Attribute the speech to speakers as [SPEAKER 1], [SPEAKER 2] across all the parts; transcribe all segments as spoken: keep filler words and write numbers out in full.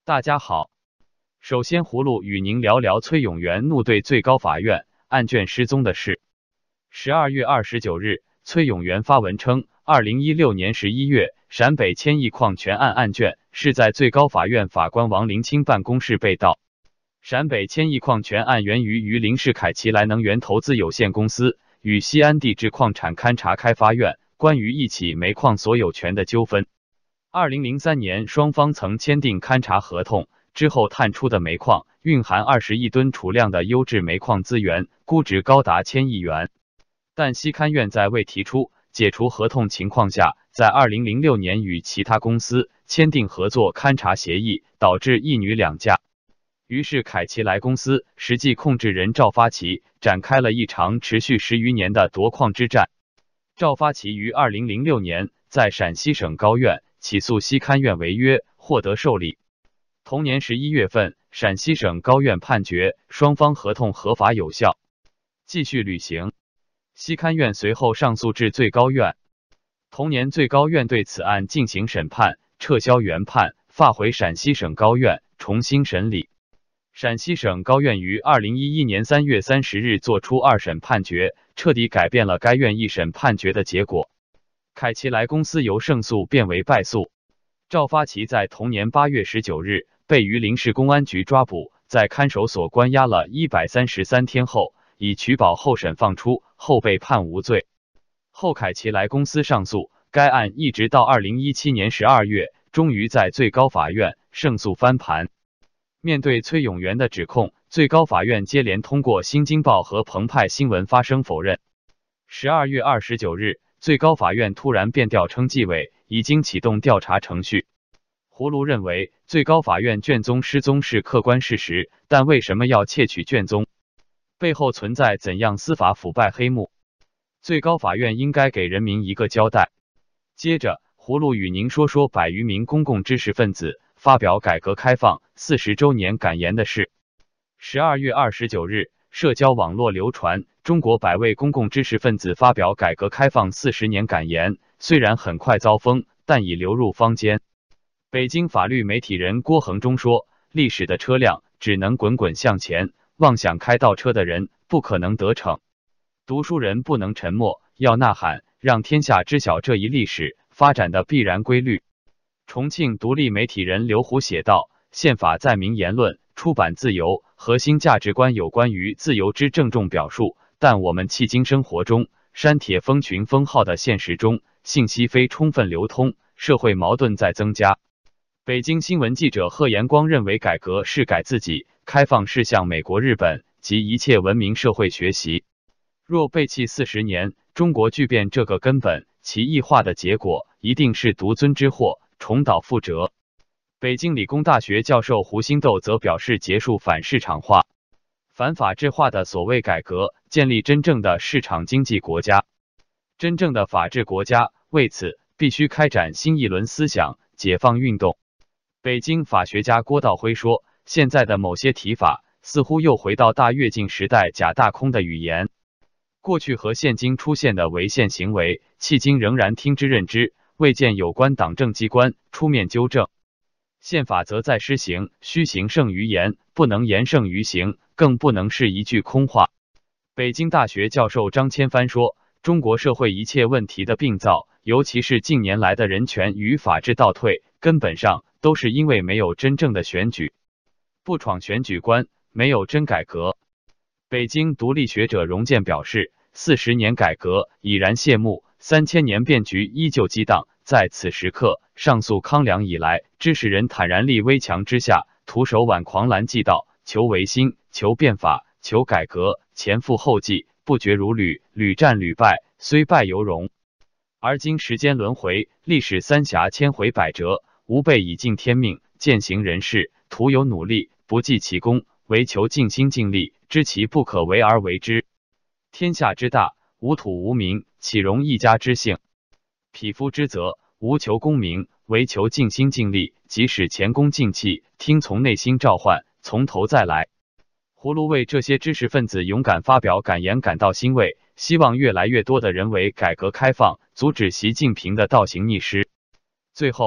[SPEAKER 1] 大家好，首先葫芦与您聊聊崔永元怒对最高法院案卷失踪的事。十二月二十九日，崔永元发文称，二零一六年十一月，陕北千亿矿权案案卷是在最高法院法官王林清办公室被盗。陕北千亿矿权案源于于林氏凯奇莱能源投资有限公司与西安地质矿产勘察开发院关于一起煤矿所有权的纠纷。二零零三年，双方曾签订勘察合同，之后探出的煤矿蕴含二十亿吨储量的优质煤矿资源，估值高达千亿元。但西勘院在未提出解除合同情况下，在二零零六年与其他公司签订合作勘察协议，导致一女两嫁。于是凯奇莱公司实际控制人赵发奇展开了一场持续十余年的夺矿之战。赵发奇于二零零六年在陕西省高院起诉西勘院违约，获得受理。同年十一月份，陕西省高院判决双方合同合法有效，继续履行。西勘院随后上诉至最高院。同年，最高院对此案进行审判，撤销原判，发回陕西省高院重新审理。陕西省高院于二零一一年三月三十日作出二审判决，彻底改变了该院一审判决的结果。凯奇莱公司由胜诉变为败诉。赵发奇在同年八月十九日被榆林市公安局抓捕，在看守所关押了一百三十三天后，以取保候审放出，后被判无罪。后凯奇莱公司上诉，该案一直到二零一七年十二月，终于在最高法院胜诉翻盘。面对崔永元的指控，最高法院接连通过《新京报》和澎湃新闻发声否认。十二月二十九日，最高法院突然变调称纪委已经启动调查程序。葫芦认为，最高法院卷宗失踪是客观事实，但为什么要窃取卷宗？背后存在怎样司法腐败黑幕？最高法院应该给人民一个交代。接着，葫芦与您说说百余名公共知识分子发表改革开放四十周年感言的事。十二月二十九日，社交网络流传中国百位公共知识分子发表改革开放四十年感言，虽然很快遭封，但已流入坊间。北京法律媒体人郭恒忠说，历史的车辆只能滚滚向前，妄想开倒车的人不可能得逞。读书人不能沉默，要呐喊，让天下知晓这一历史发展的必然规律。重庆独立媒体人刘虎写道，宪法载明言论、出版自由，核心价值观有关于自由之郑重表述，但我们迄今生活中，删帖封群封号的现实中，信息非充分流通，社会矛盾在增加。北京新闻记者贺延光认为，改革是改自己，开放是向美国、日本及一切文明社会学习。若背弃四十年，中国巨变这个根本其异化的结果，一定是独尊之祸，重蹈覆辙。北京理工大学教授胡新豆则表示，结束反市场化、反法治化的所谓改革，建立真正的市场经济国家。真正的法治国家，为此必须开展新一轮思想解放运动。北京法学家郭道辉说，现在的某些提法似乎又回到大跃进时代假大空的语言。过去和现今出现的违宪行为，迄今仍然听之任之，未见有关党政机关出面纠正。宪法则在施行，须行胜于言，不能言胜于行，更不能是一句空话。北京大学教授张千帆说，中国社会一切问题的病灶，尤其是近年来的人权与法治倒退，根本上都是因为没有真正的选举，不闯选举关，没有真改革。北京独立学者荣建表示，四十年改革已然谢幕，三千年变局依旧激荡。在此时刻，上溯康梁以来，知识人坦然立危墙之下，徒手挽狂澜继道，求维新，求变法，求改革，前赴后继，不绝如缕，屡战屡败，虽败犹荣。而今时间轮回，历史三峡千回百折，吾辈已尽天命，践行人事，徒有努力，不计其功，唯求尽心尽力，知其不可为而为之。天下之大，无土无民，岂容一家之幸？匹夫之责，无求功名，唯求尽心尽力，即使前功尽弃，听从内心召唤，从头再来。葫芦为这些知识分子勇敢发表感言感到欣慰，希望越来越多的人为改革开放，阻止习近平的倒行逆施。最后，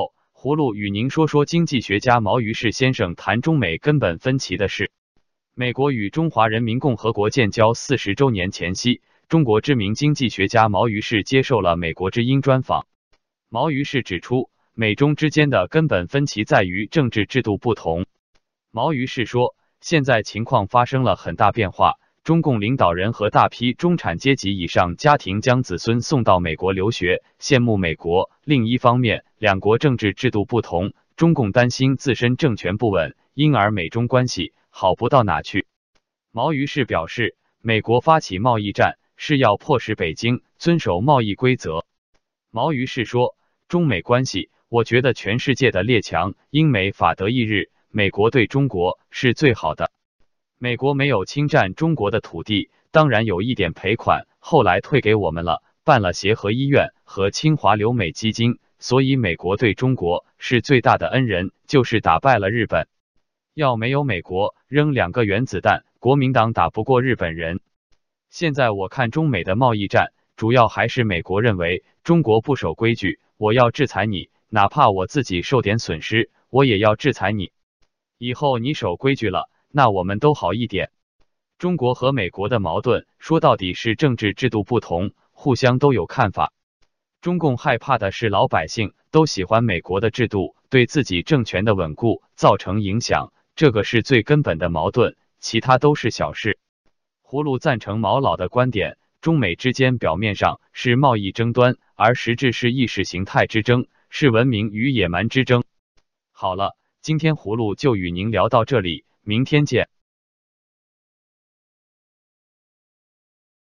[SPEAKER 1] 葫芦与您说说经济学家毛于轼先生谈中美根本分歧的事。美国与中华人民共和国建交四十周年前夕，中国知名经济学家毛于轼接受了美国之音专访。毛于轼指出，美中之间的根本分歧在于政治制度不同。毛于轼说，现在情况发生了很大变化，中共领导人和大批中产阶级以上家庭将子孙送到美国留学，羡慕美国。另一方面，两国政治制度不同，中共担心自身政权不稳，因而美中关系好不到哪去。毛于轼表示，美国发起贸易战是要迫使北京遵守贸易规则。毛于轼说，中美关系，我觉得全世界的列强英美法德意日，美国对中国是最好的。美国没有侵占中国的土地，当然有一点赔款，后来退给我们了，办了协和医院和清华留美基金，所以美国对中国是最大的恩人，就是打败了日本。要没有美国扔两个原子弹，国民党打不过日本人。现在我看中美的贸易战，主要还是美国认为中国不守规矩，我要制裁你，哪怕我自己受点损失，我也要制裁你。以后你守规矩了，那我们都好一点。中国和美国的矛盾，说到底是政治制度不同，互相都有看法。中共害怕的是老百姓都喜欢美国的制度，对自己政权的稳固造成影响，这个是最根本的矛盾，其他都是小事。葫芦赞成毛老的观点，中美之间表面上是贸易争端，而实质是意识形态之争，是文明与野蛮之争。好了，今天葫芦就与您聊到这里，明天见。